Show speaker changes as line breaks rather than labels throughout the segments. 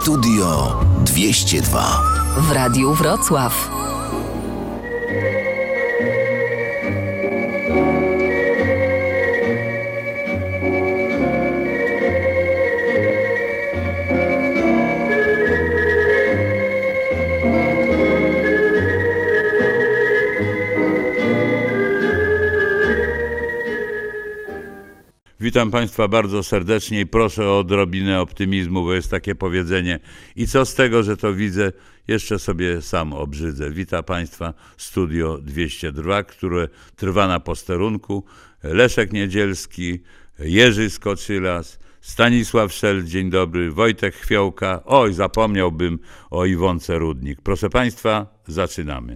Studio 202
w Radiu Wrocław.
Witam Państwa bardzo serdecznie i proszę o odrobinę optymizmu, bo jest takie powiedzenie: i co z tego, że to widzę, jeszcze sobie sam obrzydzę. Witam Państwa Studio 202, które trwa na posterunku. Leszek Niedzielski, Jerzy Skoczylas, Stanisław Szel, dzień dobry, Wojtek Chwiołka. Oj, zapomniałbym o Iwonce Rudnik. Proszę Państwa, zaczynamy.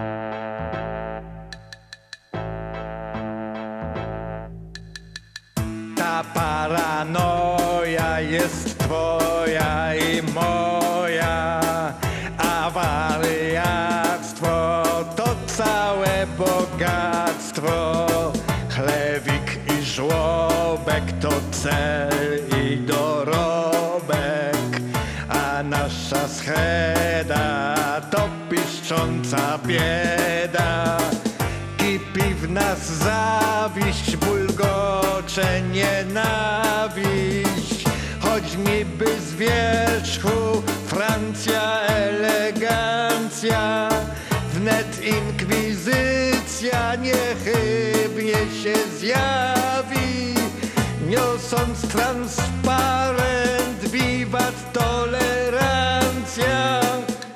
Paranoja jest twoja i moja, a wariactwo to całe bogactwo. Chlewik i żłobek to cel i dorobek, a nasza scheda to piszcząca bieda. Kipi w nas zawiść, bulgocze nienawiść, choć niby z wierzchu Francja elegancja, wnet inkwizycja niechybnie się zjawi, niosąc transparent wiwat tolerancja,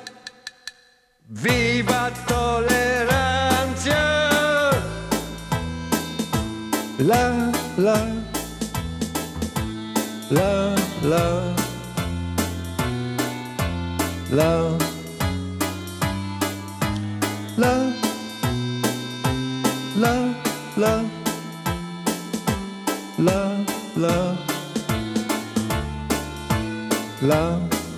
wiwat tolerancja. La, la, la, la, la, la, la, la, la, la, la.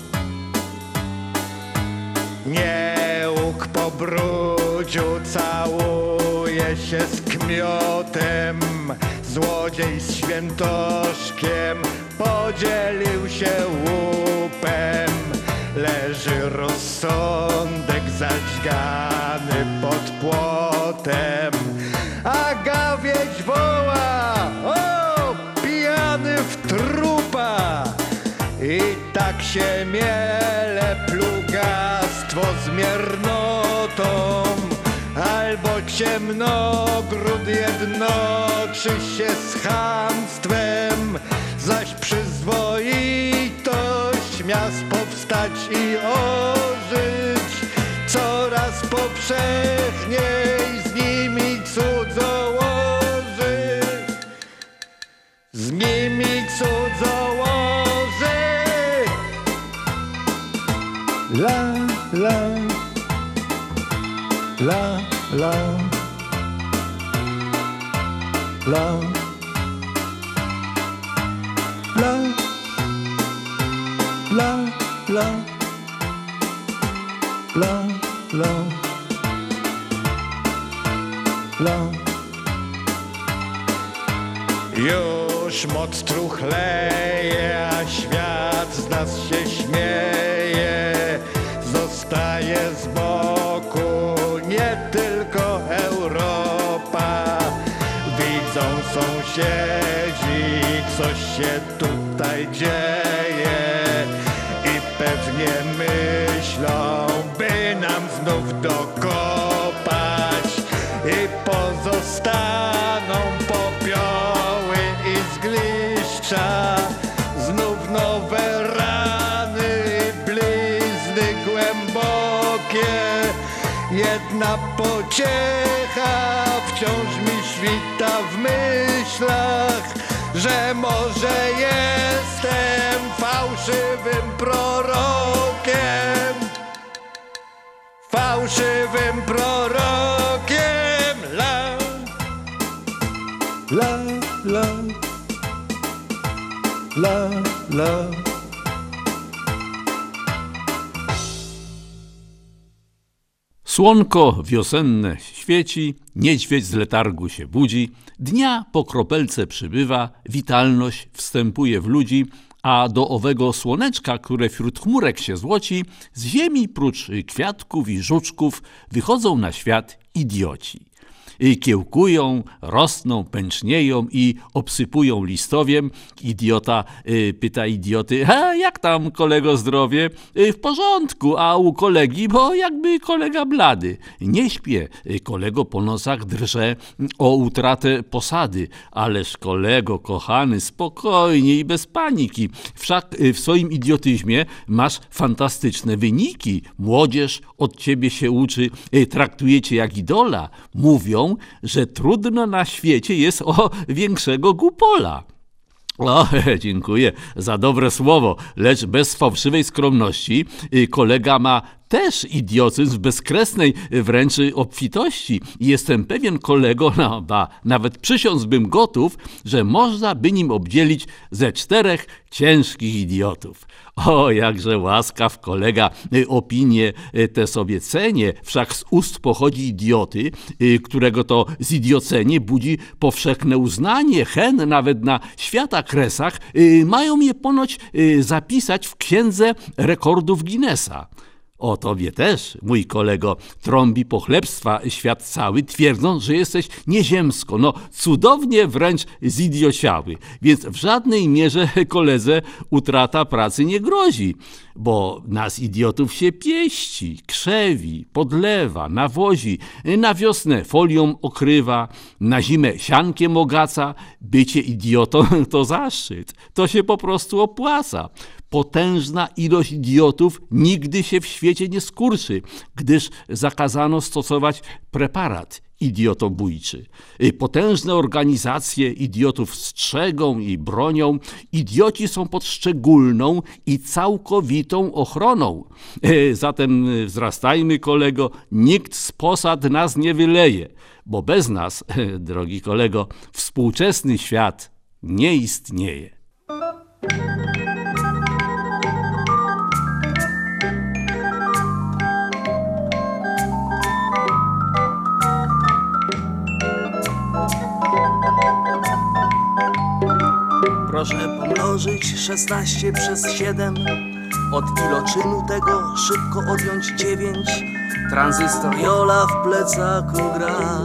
Nie łuk po brudziu całuje się z kmiotem, złodziej z świętoszkiem podzielił się łupem. Leży rozsądek zadźgany pod płotem, a gawieć woła: o, pijany w trupa! I tak się miele plugastwo z miernotą, albo ciemnogród jednoczy się z chamstwem, zaś przyzwoitość miast powstać i ożyć coraz powszechniej z nimi cudzołoży, z nimi cudzołoży. La, la, la, la, la, la, la, la, la, la, la. Już moc truchleje, a świat z nas się śmieje. Zostaje z boku nie tylko Europa. Widzą sąsiedzi, coś się tutaj dzieje i pewnie myślą, by nam znów dokopać, i pozostaną popioły i zgliszcza, znów nowe rany i blizny głębokie. Jedna pociecha wciąż mi świta w myślach, że może jestem fałszywym prorokiem, fałszywym prorokiem. La, la, la, la, la.
Słonko wiosenne świeci, niedźwiedź z letargu się budzi, dnia po kropelce przybywa, witalność wstępuje w ludzi, A do owego słoneczka, które wśród chmurek się złoci, z ziemi prócz kwiatków i żuczków wychodzą na świat idioci. Kiełkują, rosną, pęcznieją i obsypują listowiem. Idiota pyta idioty: a jak tam, kolego, zdrowie? W porządku, a u kolegi, bo jakby kolega blady. Nie śpię, kolego po nosach drże o utratę posady. Ależ kolego kochany, spokojnie i bez paniki. Wszak w swoim idiotyzmie masz fantastyczne wyniki. Młodzież od ciebie się uczy, traktuje cię jak idola. Mówią, że trudno na świecie jest o większego głupola. O, dziękuję za dobre słowo, lecz bez fałszywej skromności kolega ma też idiotyzm w bezkresnej wręcz obfitości. I jestem pewien, kolego, nawet przysiącbym gotów, że można by nim obdzielić ze 4 ciężkich idiotów. O, jakże łaskaw kolega, opinie te sobie cenię, wszak z ust pochodzi idioty, którego to zidiocenie budzi powszechne uznanie, hen nawet na świata kresach, mają je ponoć zapisać w księdze rekordów Guinnessa. O tobie też, mój kolego, trąbi pochlebstwa świat cały, twierdząc, że jesteś nieziemsko, cudownie wręcz zidiociały. Więc w żadnej mierze, koledze, utrata pracy nie grozi, bo nas idiotów się pieści, krzewi, podlewa, nawozi, na wiosnę folią okrywa, na zimę siankiem ogaca. Bycie idiotą to zaszczyt, to się po prostu opłaca. Potężna ilość idiotów nigdy się w świecie nie skurczy, gdyż zakazano stosować preparat idiotobójczy. Potężne organizacje idiotów strzegą i bronią. Idioci są pod szczególną i całkowitą ochroną. Zatem wzrastajmy, kolego, nikt z posad nas nie wyleje, bo bez nas, drogi kolego, współczesny świat nie istnieje.
Proszę pomnożyć 16 przez 7. Od iloczynu tego szybko odjąć 9. Tranzystor Jola w plecaku gra,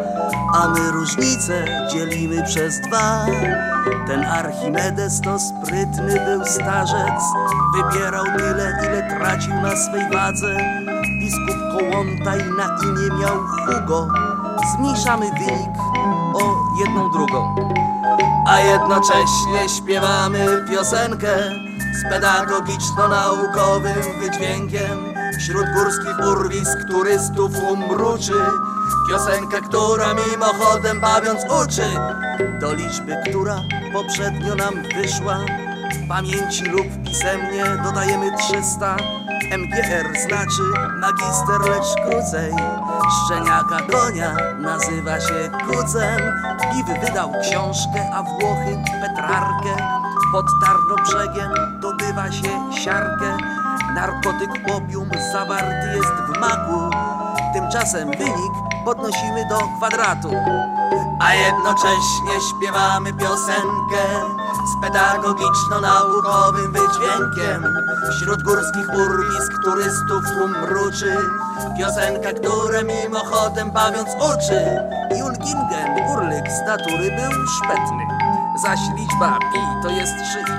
a my różnicę dzielimy przez 2. Ten Archimedes to sprytny był starzec, wybierał tyle, ile tracił na swej wadze. Biskup Kołłątaj na imię miał Hugo. Zmniejszamy wynik o 1/2. A jednocześnie śpiewamy piosenkę z pedagogiczno-naukowym wydźwiękiem. Wśród górskich urwisk turystów umruczy piosenkę, która mimochodem bawiąc uczy do liczby, która poprzednio nam wyszła. W pamięci lub pisemnie dodajemy 300. MGR znaczy magister, lecz krócej. Szczeniaka konia nazywa się kucem. Piw wydał książkę, a Włochy Petrarkę. Pod Tarnobrzegiem dobywa się siarkę. Narkotyk opium zawarty jest w maku. Tymczasem wynik podnosimy do kwadratu. A jednocześnie śpiewamy piosenkę z pedagogiczno-naukowym wydźwiękiem. Wśród górskich urwisk turystów umruczy piosenka, która mimochodem bawiąc uczy. Julgingen, urlyk z natury był szpetny, zaś liczba pi to jest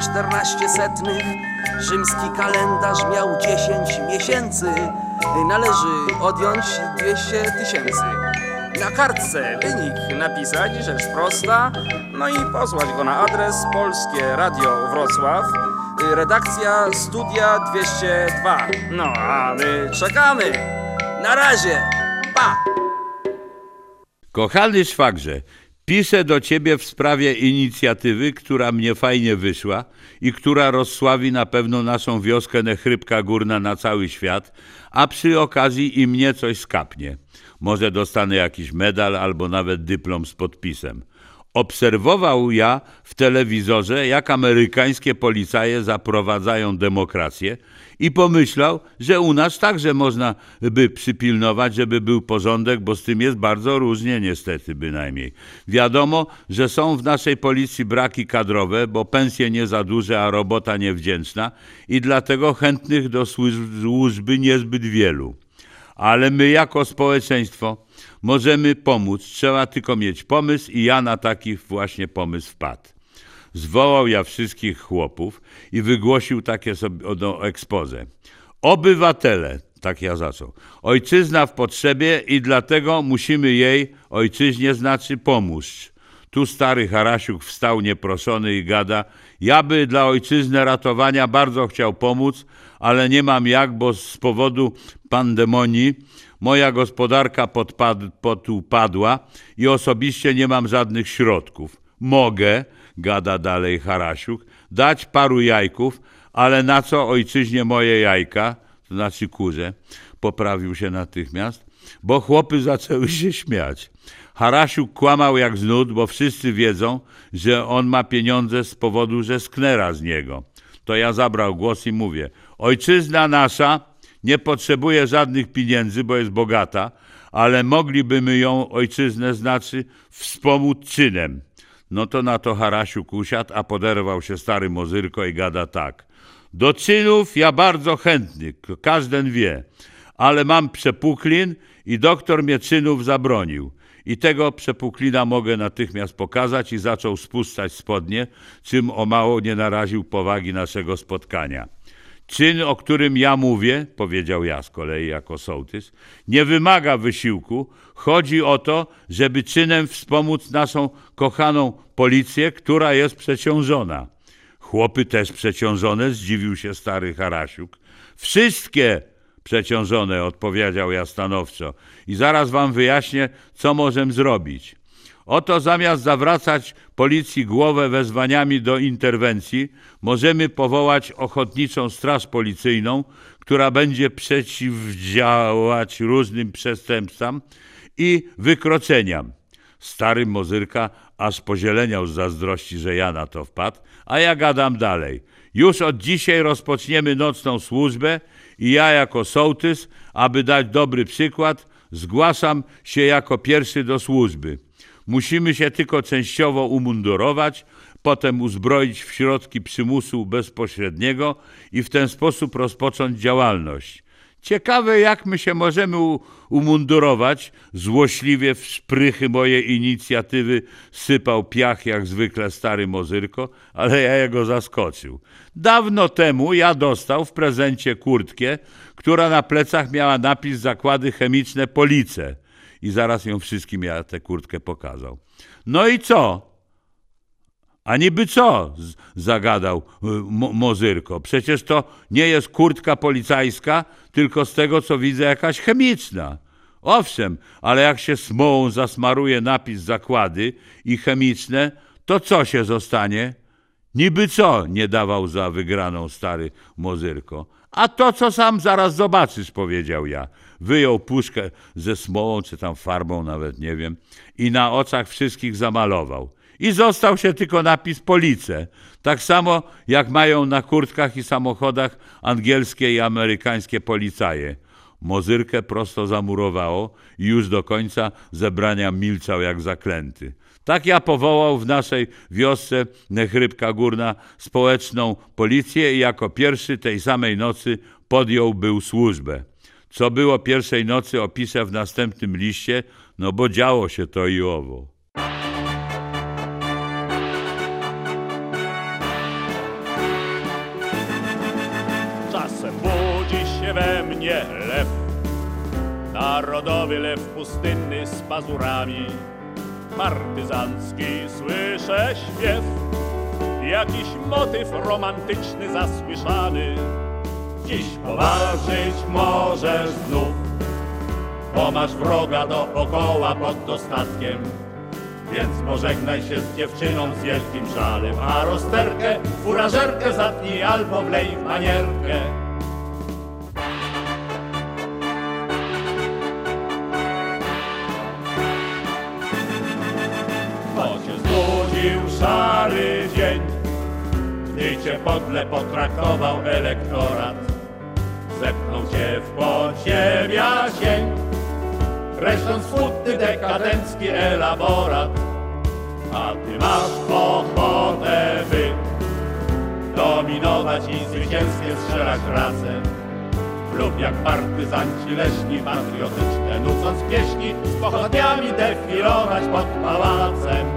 3,14. Rzymski kalendarz miał 10 miesięcy, należy odjąć 200 000. Na kartce wynik napisać, rzecz prosta, no i posłać go na adres Polskie Radio Wrocław, redakcja Studia 202. No a my czekamy. Na razie, pa!
Kochany szwagrze, piszę do ciebie w sprawie inicjatywy, która mnie fajnie wyszła i która rozsławi na pewno naszą wioskę Nechrybka Górna na cały świat, a przy okazji i mnie coś skapnie. Może dostanę jakiś medal albo nawet dyplom z podpisem. Obserwował ja w telewizorze, jak amerykańskie policaje zaprowadzają demokrację i pomyślał, że u nas także można by przypilnować, żeby był porządek, bo z tym jest bardzo różnie niestety bynajmniej. Wiadomo, że są w naszej policji braki kadrowe, bo pensje nie za duże, a robota niewdzięczna i dlatego chętnych do służby niezbyt wielu. Ale my jako społeczeństwo możemy pomóc, trzeba tylko mieć pomysł i ja na taki właśnie pomysł wpadł. Zwołał ja wszystkich chłopów i wygłosił takie sobie expose. Obywatele, tak ja zaczął, ojczyzna w potrzebie i dlatego musimy jej, ojczyźnie znaczy, pomóc. Tu stary Harasiuk wstał nieproszony i gada, ja by dla ojczyzny ratowania bardzo chciał pomóc, ale nie mam jak, bo z powodu pandemonii moja gospodarka podupadła i osobiście nie mam żadnych środków. Mogę, gada dalej Harasiuk, dać paru jajków, ale na co ojczyźnie moje jajka, to znaczy kurze, poprawił się natychmiast, bo chłopy zaczęły się śmiać. Harasiuk kłamał jak z nud, bo wszyscy wiedzą, że on ma pieniądze z powodu, że sknera z niego. To ja zabrał głos i mówię, ojczyzna nasza nie potrzebuje żadnych pieniędzy, bo jest bogata, ale moglibyśmy ją, ojczyznę znaczy, wspomóc czynem. No to na to Harasiuk usiadł, a poderwał się stary Mozyrko i gada tak. Do czynów ja bardzo chętny, każden wie, ale mam przepuklin i doktor mnie czynów zabronił. I tego przepuklina mogę natychmiast pokazać i zaczął spuszczać spodnie, czym o mało nie naraził powagi naszego spotkania. Czyn, o którym ja mówię, powiedział ja z kolei jako sołtys, nie wymaga wysiłku. Chodzi o to, żeby czynem wspomóc naszą kochaną policję, która jest przeciążona. Chłopy też przeciążone, zdziwił się stary Harasiuk. Wszystkie przeciążone, odpowiedział ja stanowczo. I zaraz wam wyjaśnię, co możemy zrobić. Oto zamiast zawracać policji głowę wezwaniami do interwencji, możemy powołać ochotniczą straż policyjną, która będzie przeciwdziałać różnym przestępstwom i wykroczeniom. Stary Mozyrka aż pozieleniał z zazdrości, że ja na to wpadł, a ja gadam dalej. Już od dzisiaj rozpoczniemy nocną służbę i ja jako sołtys, aby dać dobry przykład, zgłaszam się jako pierwszy do służby. Musimy się tylko częściowo umundurować, potem uzbroić w środki przymusu bezpośredniego i w ten sposób rozpocząć działalność. Ciekawe, jak my się możemy umundurować. Złośliwie w szprychy mojej inicjatywy sypał piach jak zwykle stary Mozyrko, ale ja jego zaskoczył. Dawno temu ja dostał w prezencie kurtkę, która na plecach miała napis Zakłady Chemiczne Police. I zaraz ją wszystkim ja tę kurtkę pokazał. No i co? A niby co? Zagadał Mozyrko. Przecież to nie jest kurtka policajska, tylko z tego co widzę jakaś chemiczna. Owszem, ale jak się smołą zasmaruje napis Zakłady i chemiczne, to co się zostanie? Niby co? Nie dawał za wygraną stary Mozyrko. A to, co sam zaraz zobaczysz, powiedział ja. Wyjął puszkę ze smołą, czy tam farbą, nawet nie wiem, i na oczach wszystkich zamalował. I został się tylko napis Police. Tak samo jak mają na kurtkach i samochodach angielskie i amerykańskie policaje. Mozyrkę prosto zamurowało i już do końca zebrania milczał jak zaklęty. Tak ja powołał w naszej wiosce Nechrybka Górna społeczną policję i jako pierwszy tej samej nocy podjął był służbę. Co było pierwszej nocy opiszę w następnym liście, no bo działo się to i owo.
Czasem budzi się we mnie lew, narodowy lew pustynny z pazurami. Partyzancki słyszę śpiew, jakiś motyw romantyczny zasłyszany. Dziś poważyć możesz znów, bo masz wroga dookoła pod dostatkiem. Więc pożegnaj się z dziewczyną z wielkim żalem, a rozterkę, furażerkę zatnij albo wlej w manierkę. Bo cię znów cię podle potraktował elektorat. Zepchnął cię w podziemia cień, kreśląc smutny dekadencki elaborat. A ty masz ochotę, by dominować i zwycięskie strzelać razem, lub jak partyzanci leśni patriotyczne, nucąc pieśni, z pochodniami defilować pod pałacem.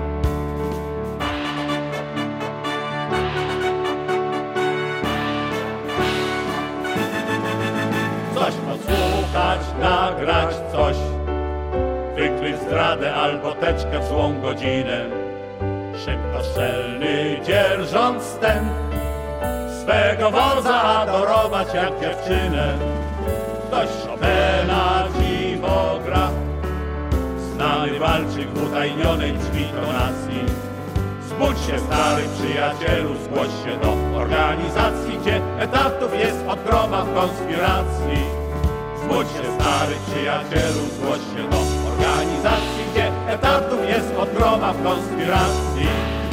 Coś podsłuchać, nagrać coś, wykryć zdradę albo teczkę w złą godzinę. Szybko strzelny dzierżąc stent, swego wodza adorować jak dziewczynę. Ktoś Chopina dziwo gra, znany walczyk w utajnionej brzmi tonacji. Zbudź się, stary przyjacielu, zgłoś się do organizacji, gdzie etatów jest od groma w konspiracji. Zbudź się, stary przyjacielu, zgłoś się do organizacji, gdzie etatów jest od groma w konspiracji.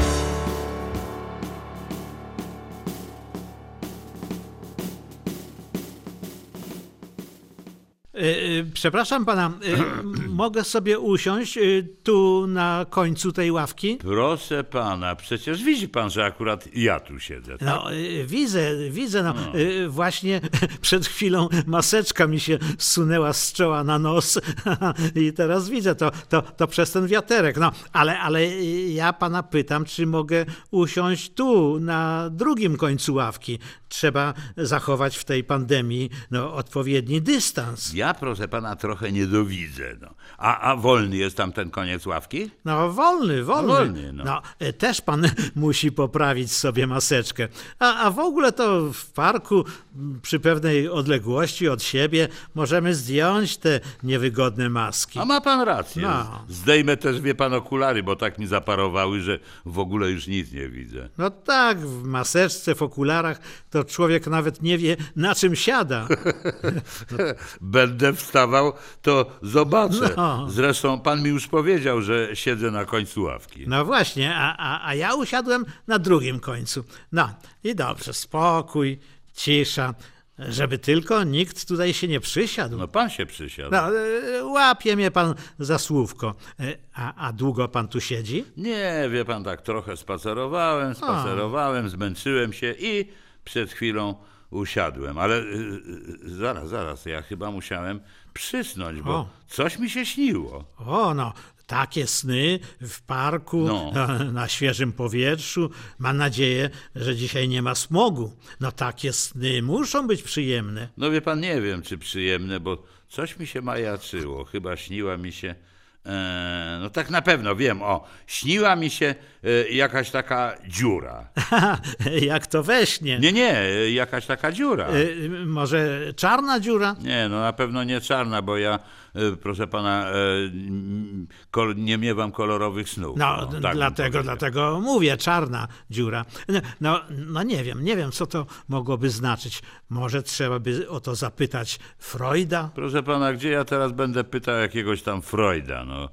Przepraszam pana, mogę sobie usiąść tu na końcu tej ławki?
Proszę pana, przecież widzi pan, że akurat ja tu siedzę. Tak?
No, widzę, no. Właśnie przed chwilą maseczka mi się zsunęła z czoła na nos i teraz widzę to przez ten wiaterek. No, ale ja pana pytam, czy mogę usiąść tu, na drugim końcu ławki. Trzeba zachować w tej pandemii odpowiedni dystans.
Ja, proszę pana, trochę nie dowidzę. No. A wolny jest tam ten koniec ławki?
No wolny.
No.
No, też pan musi poprawić sobie maseczkę. A w ogóle to w parku przy pewnej odległości od siebie możemy zdjąć te niewygodne maski.
A ma pan rację.
No.
Zdejmę też, wie pan, okulary, bo tak mi zaparowały, że w ogóle już nic nie widzę.
No tak, w maseczce, w okularach to człowiek nawet nie wie, na czym siada.
Będę wstawał, to zobaczę.
No.
Zresztą pan mi już powiedział, że siedzę na końcu ławki.
No właśnie, a ja usiadłem na drugim końcu. No i dobrze, spokój, cisza, żeby tylko nikt tutaj się nie przysiadł.
No pan się przysiadł.
No, łapie mnie pan za słówko. A długo pan tu siedzi?
Nie, wie pan, tak trochę spacerowałem, zmęczyłem się i przed chwilą usiadłem. Ale zaraz, ja chyba musiałem przysnąć, bo coś mi się śniło.
No, takie sny w parku, na świeżym powietrzu. Mam nadzieję, że dzisiaj nie ma smogu. No takie sny muszą być przyjemne.
No wie pan, nie wiem, czy przyjemne, bo coś mi się majaczyło. Chyba śniła mi się... No tak na pewno wiem, śniła mi się jakaś taka dziura.
Jak to we śnie.
Nie, jakaś taka dziura.
Może czarna dziura?
Nie, no na pewno nie czarna, bo ja, proszę pana, nie miewam kolorowych snów.
No,
tak
dlatego mówię, czarna dziura. No nie wiem, co to mogłoby znaczyć. Może trzeba by o to zapytać Freuda?
Proszę pana, gdzie ja teraz będę pytał jakiegoś tam Freuda? No,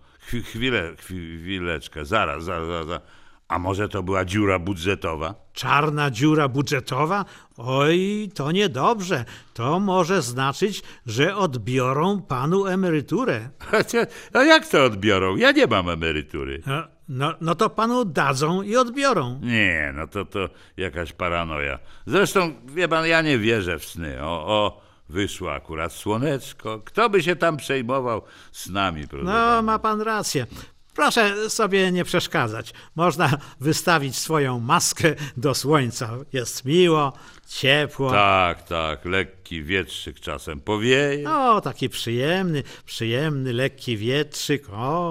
chwileczkę, zaraz. A może to była dziura budżetowa?
Czarna dziura budżetowa? Oj, to niedobrze. To może znaczyć, że odbiorą panu emeryturę.
A jak to odbiorą? Ja nie mam emerytury.
No to panu dadzą i odbiorą.
Nie, no to jakaś paranoja. Zresztą, wie pan, ja nie wierzę w sny. Wyszło akurat słoneczko. Kto by się tam przejmował snami?
No, ma pan rację. Proszę sobie nie przeszkadzać. Można wystawić swoją maskę do słońca. Jest miło, ciepło.
Tak, lekki wietrzyk czasem powieje.
Taki przyjemny, lekki wietrzyk.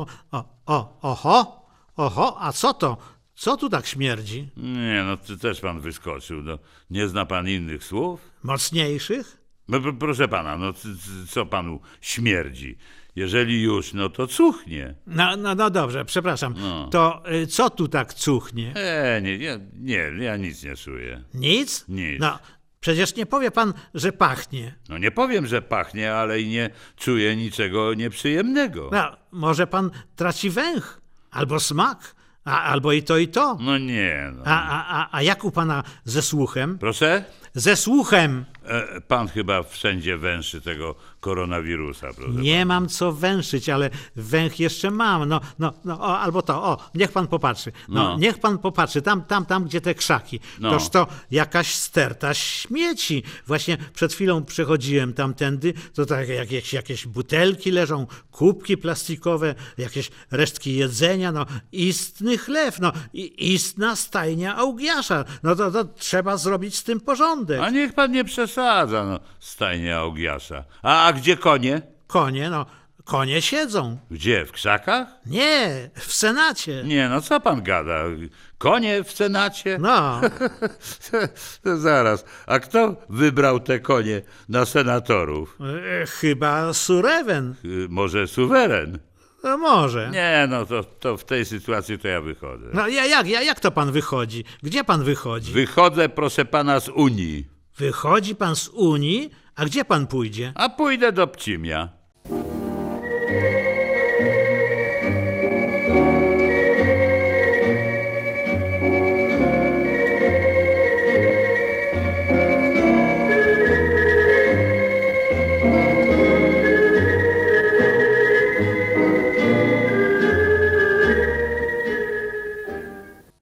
Oho, a co to? Co tu tak śmierdzi?
Nie, no ty też pan wyskoczył. No, nie zna pan innych słów?
Mocniejszych?
No, proszę pana, co panu śmierdzi? Jeżeli już, no to cuchnie.
No dobrze, przepraszam. To co tu tak cuchnie?
Ja nic nie czuję.
Nic?
Nic.
No, przecież nie powie pan, że pachnie.
No nie powiem, że pachnie, ale i nie czuję niczego nieprzyjemnego.
No, może pan traci węch albo smak. Albo i to, i to.
No nie, no.
A jak u pana ze słuchem?
Proszę?
Ze słuchem!
Pan chyba wszędzie węszy tego koronawirusa, proszę.
Nie mam co węszyć, ale węch jeszcze mam. Albo to, niech pan popatrzy.
No.
Niech pan popatrzy, tam, gdzie te krzaki.
No.
Toż to jakaś sterta śmieci. Właśnie przed chwilą przechodziłem tamtędy, to tak jakieś butelki leżą, kubki plastikowe, jakieś resztki jedzenia, istny chlew, istna stajnia Augiasza. To trzeba zrobić z tym porządek.
A niech pan nie przesadza, stajnia Augiasza. A gdzie konie?
Konie siedzą.
Gdzie, w krzakach?
Nie, w Senacie.
Nie, co pan gada? Konie w Senacie?
No.
To zaraz, a kto wybrał te konie na senatorów?
Chyba Surewen.
Może suweren?
Może.
Nie, to w tej sytuacji to ja wychodzę.
Jak to pan wychodzi? Gdzie pan wychodzi?
Wychodzę, proszę pana, z Unii.
Wychodzi pan z Unii? A gdzie pan pójdzie?
A pójdę do Pcimia.